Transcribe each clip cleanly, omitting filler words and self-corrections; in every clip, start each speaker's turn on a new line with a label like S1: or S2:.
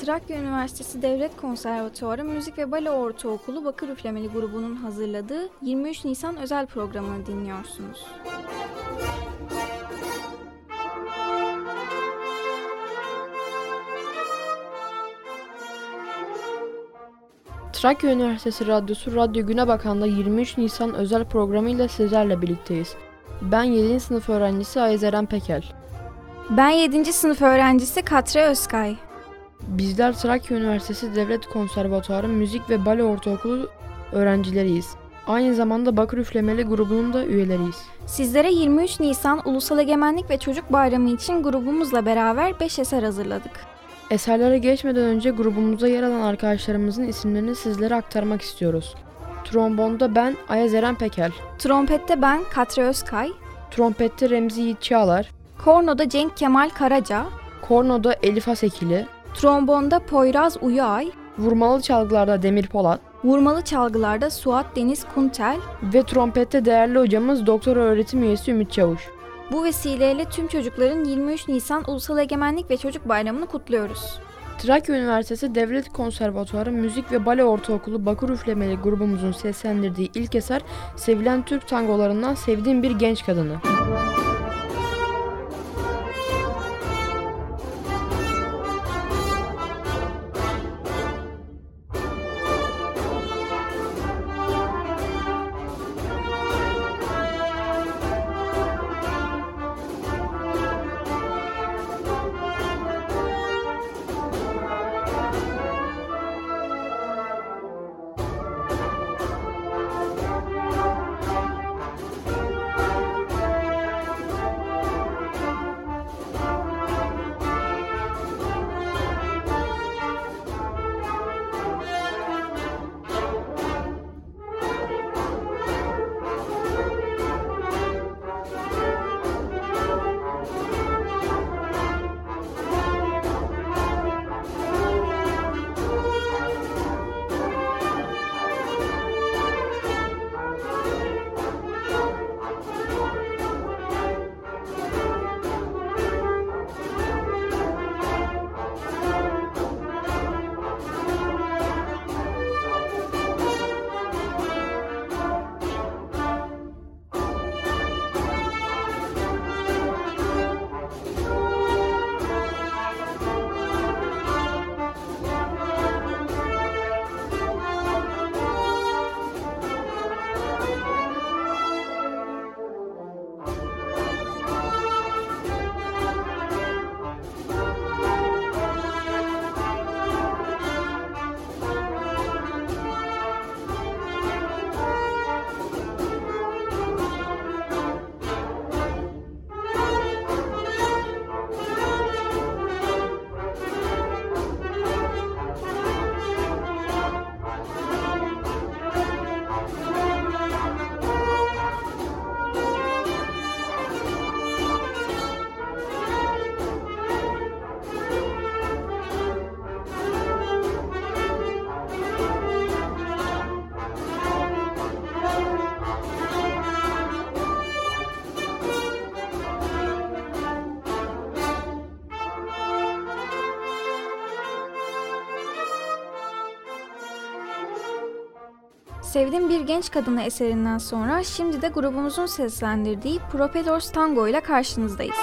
S1: Trakya Üniversitesi Devlet Konservatuarı Müzik ve Bale Ortaokulu Bakır Üflemeli grubunun hazırladığı 23 Nisan özel programını dinliyorsunuz.
S2: Trakya Üniversitesi Radyosu Radyo Güne Bakan'da 23 Nisan özel programıyla sizlerle birlikteyiz. Ben 7. sınıf öğrencisi Ayaz Eren Pekel.
S1: Ben 7. sınıf öğrencisi Katre Özkay.
S2: Bizler Trakya Üniversitesi Devlet Konservatuarı Müzik ve Bale Ortaokulu öğrencileriyiz. Aynı zamanda Bakır Üflemeli grubunun da üyeleriyiz.
S1: Sizlere 23 Nisan Ulusal Egemenlik ve Çocuk Bayramı için grubumuzla beraber 5 eser hazırladık.
S2: Eserlere geçmeden önce grubumuzda yer alan arkadaşlarımızın isimlerini sizlere aktarmak istiyoruz. Trombonda ben Ayaz Eren Pekel.
S1: Trompette ben Katre Özkay.
S2: Trompette Remzi Yiğit Çağlar.
S1: Kornoda Cenk Kemal Karaca.
S2: Kornoda Elif Asekili.
S1: Trombonda Poyraz Uyay.
S2: Vurmalı çalgılarda Demir Polat.
S1: Vurmalı çalgılarda Suat Deniz Kuntel.
S2: Ve trompette değerli hocamız doktora öğretim üyesi Ümit Çavuş.
S1: Bu vesileyle tüm çocukların 23 Nisan Ulusal Egemenlik ve Çocuk Bayramı'nı kutluyoruz.
S2: Trakya Üniversitesi Devlet Konservatuarı Müzik ve Bale Ortaokulu Bakır Üflemeli grubumuzun seslendirdiği ilk eser sevilen Türk tangolarından Sevdiğim Bir Genç Kadını.
S1: Sevdiğim Bir Genç Kadını eserinden sonra şimdi de grubumuzun seslendirdiği Propedors Tango ile karşınızdayız.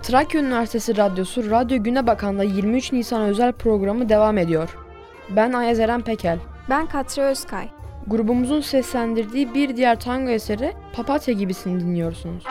S2: Trakya Üniversitesi Radyosu Radyo Güne Bakan'da 23 Nisan özel programı devam ediyor. Ben Ayaz Eren Pekel.
S1: Ben Katre Özkay.
S2: Grubumuzun seslendirdiği bir diğer tango eseri Papatya Gibisin dinliyorsunuz.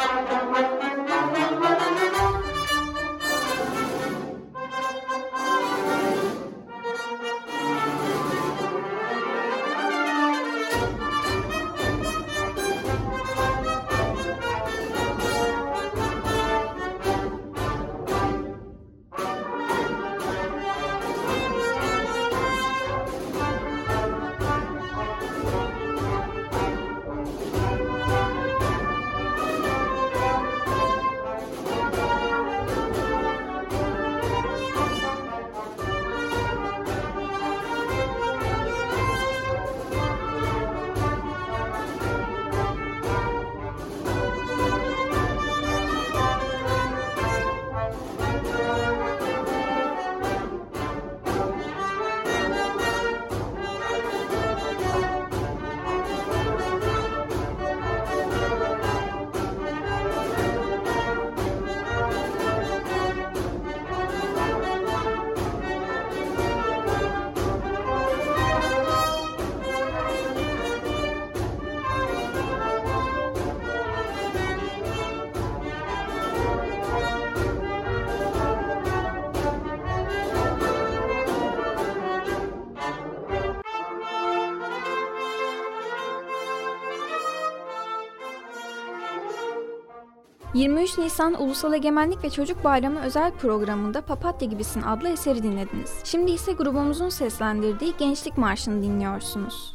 S1: ...23 Nisan Ulusal Egemenlik ve Çocuk Bayramı özel programında Papatya Gibisin adlı eseri dinlediniz. Şimdi ise grubumuzun seslendirdiği Gençlik Marşı'nı dinliyorsunuz.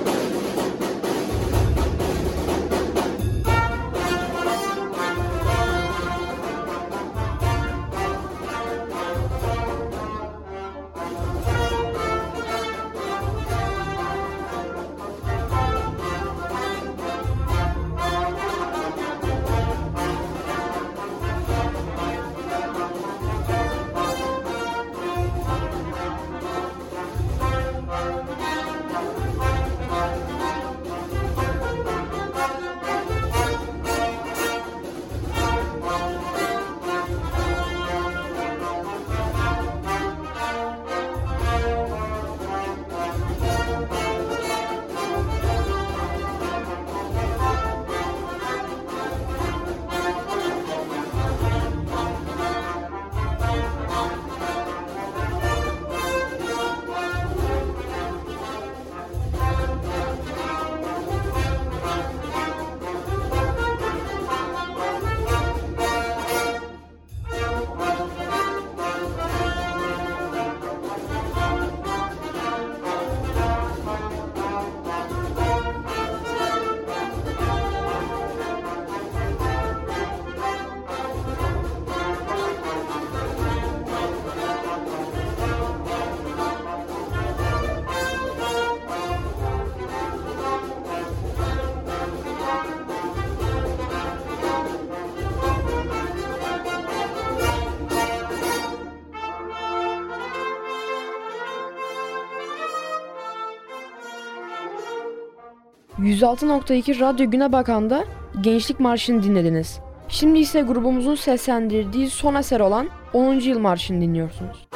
S2: ...106.2 Radyo Güne Bakan'da Gençlik Marşı'nı dinlediniz. Şimdi ise grubumuzun seslendirdiği son eser olan 10. Yıl Marşı'nı dinliyorsunuz.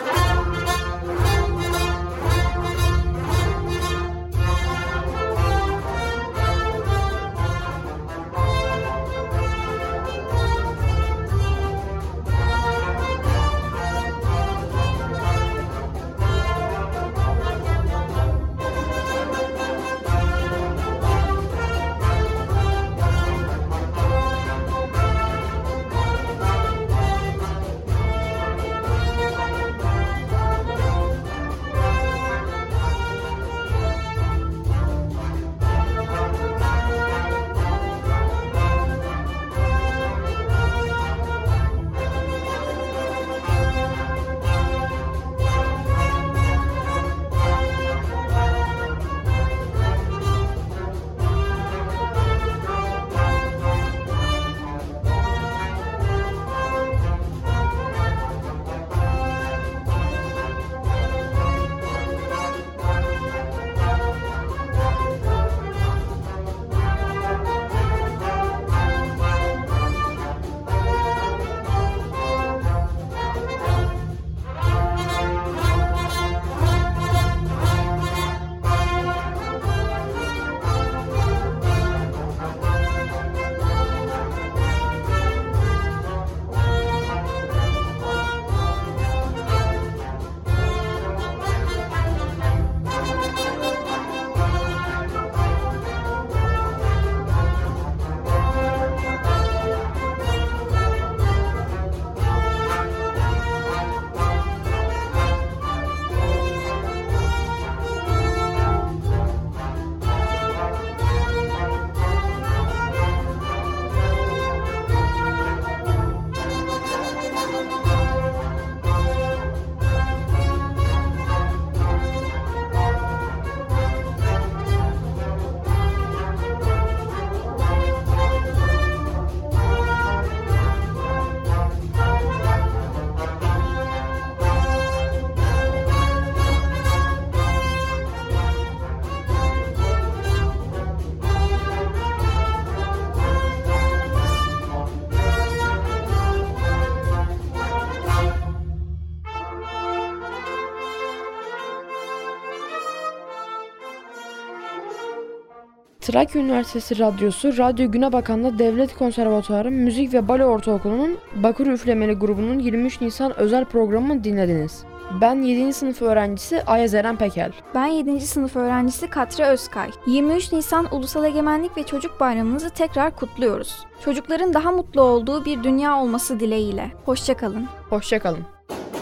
S2: Trakya Üniversitesi Radyosu, Radyo Günebakan'da Devlet Konservatuarı Müzik ve Bale Ortaokulu'nun Bakır Üflemeli grubunun 23 Nisan özel programını dinlediniz. Ben 7. sınıf öğrencisi Ayaz Eren Pekel.
S1: Ben 7. sınıf öğrencisi Katre Özkay. 23 Nisan Ulusal Egemenlik ve Çocuk Bayramınızı tekrar kutluyoruz. Çocukların daha mutlu olduğu bir dünya olması dileğiyle. Hoşçakalın.
S2: Hoşçakalın.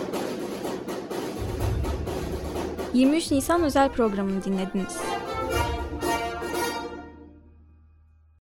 S1: 23 Nisan özel programını dinlediniz.